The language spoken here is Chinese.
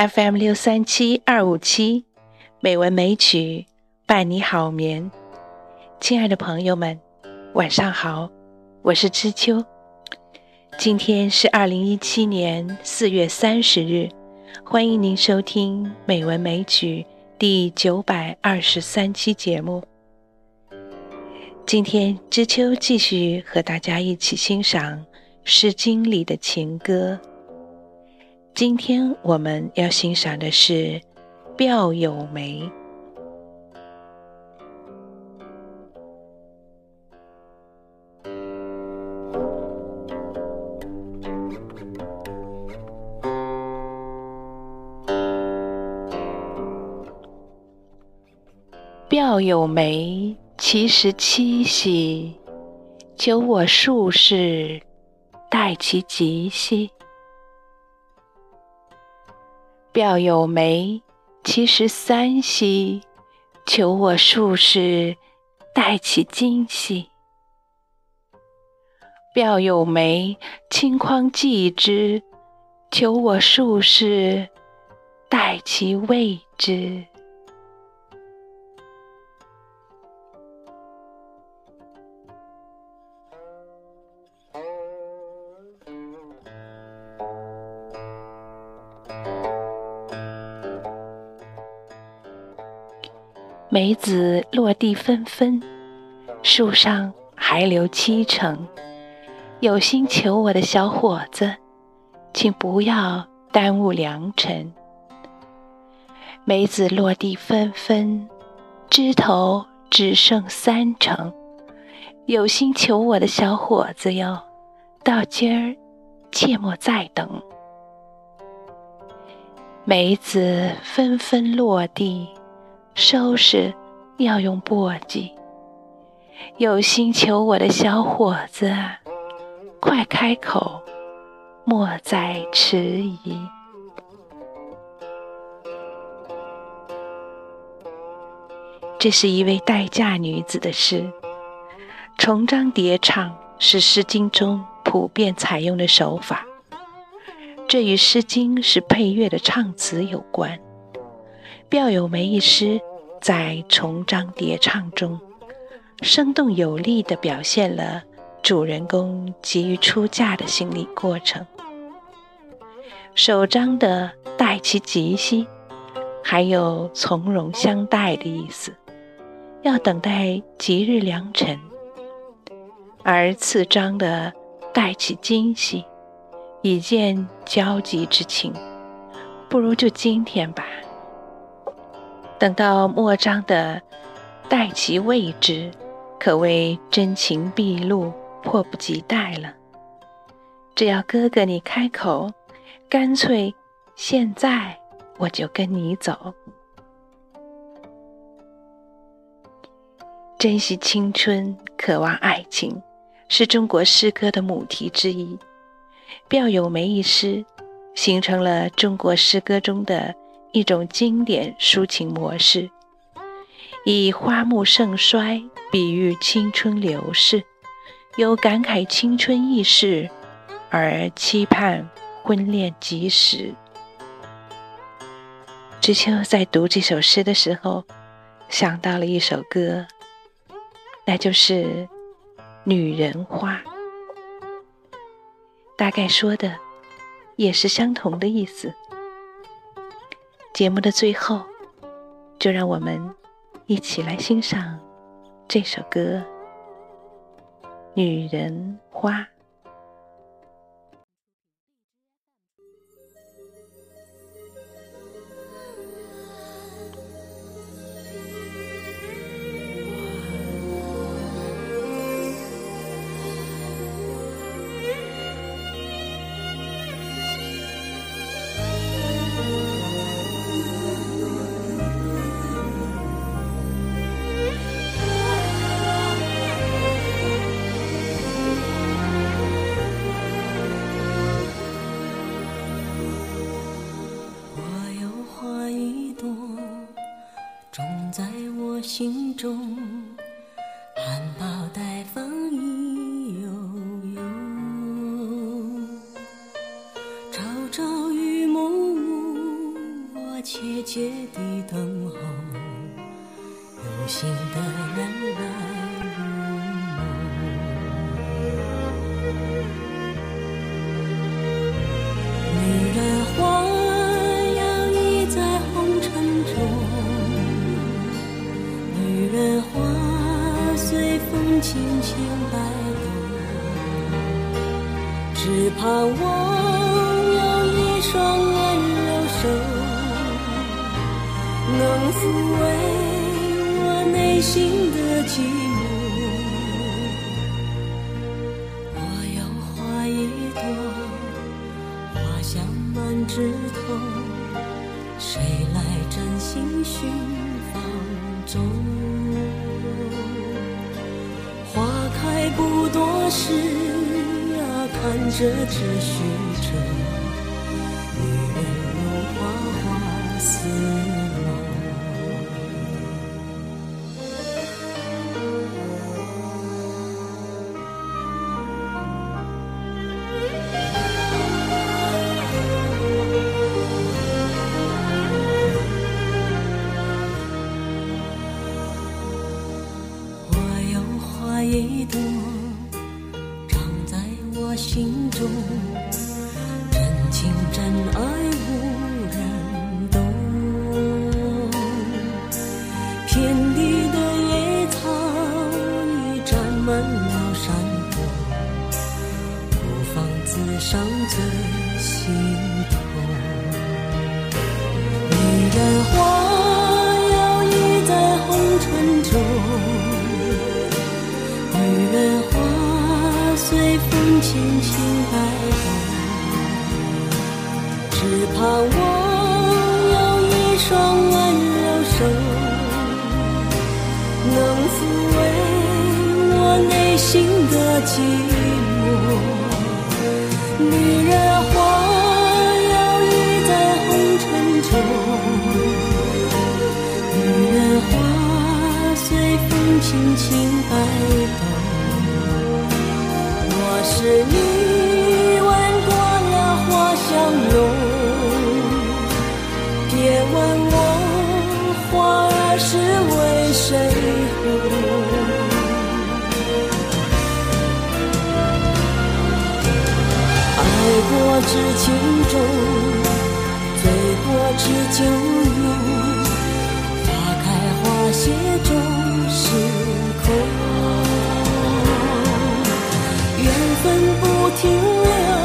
FM637257，美文美曲伴你好眠。亲爱的朋友们，晚上好，我是知秋。今天是2017年4月30日，欢迎您收听美文美曲第923期节目。今天知秋继续和大家一起欣赏《诗经》里的情歌。今天我们要欣赏的是卞有梅。卞有梅，其实七兮，求我术士，待其吉兮。卞有梅，其实三兮，求我术士，待其今兮。卞有梅，轻匡季之，求我术士，待其未之。梅子落地纷纷，树上还留7成。有心求我的小伙子，请不要耽误良辰。梅子落地纷纷，枝头只剩3成。有心求我的小伙子哟，到今儿切莫再等。梅子纷纷落地，收拾要用簸箕。有心求我的小伙子，快开口，莫再迟疑。这是一位待嫁女子的诗。重章叠唱是《诗经》中普遍采用的手法，这与《诗经》是配乐的唱词有关。卞有梅一诗在重章叠唱中，生动有力地表现了主人公急于出嫁的心理过程。首章的待其吉兮，还有从容相待的意思，要等待吉日良辰。而次章的待其今兮，以见焦急之情，不如就今天吧。等到末章的待其未之，可谓真情毕露，迫不及待了。只要哥哥你开口，干脆现在我就跟你走。珍惜青春，渴望爱情，是中国诗歌的母题之一。卞有梅一诗形成了中国诗歌中的一种经典抒情模式，以花木盛衰比喻青春流逝，有感慨青春易逝，而期盼婚恋及时。知秋在读这首诗的时候，想到了一首歌，那就是《女人花》，大概说的也是相同的意思。节目的最后，就让我们一起来欣赏这首歌《女人花》。 心中含苞待放意悠悠，朝朝与暮暮切地等候，有心的人来入梦。女人花摇曳在红尘中，女人花随风轻轻摆动，只盼望有一双温柔手，能抚慰我内心的寂寞。我有花一朵，花香满枝头，谁来真心寻芳踪？花开不多时啊，看着只虚着，女人如花花似梦。我有花一朵，长在我心中，真情真爱无人懂。遍地的野草已占满了山坡，不妨自伤最心痛。女人花摇曳在红尘中，女人花随风轻轻摆动，只盼望有一双温柔手，能抚慰我内心的寂寞。女人花摇曳在红尘中，女人花随风轻轻摆动。我是你闻过了花香浓，别问我花儿是为谁红。爱过知情重，醉过知酒浓，花开花谢终是空。缘分不停留，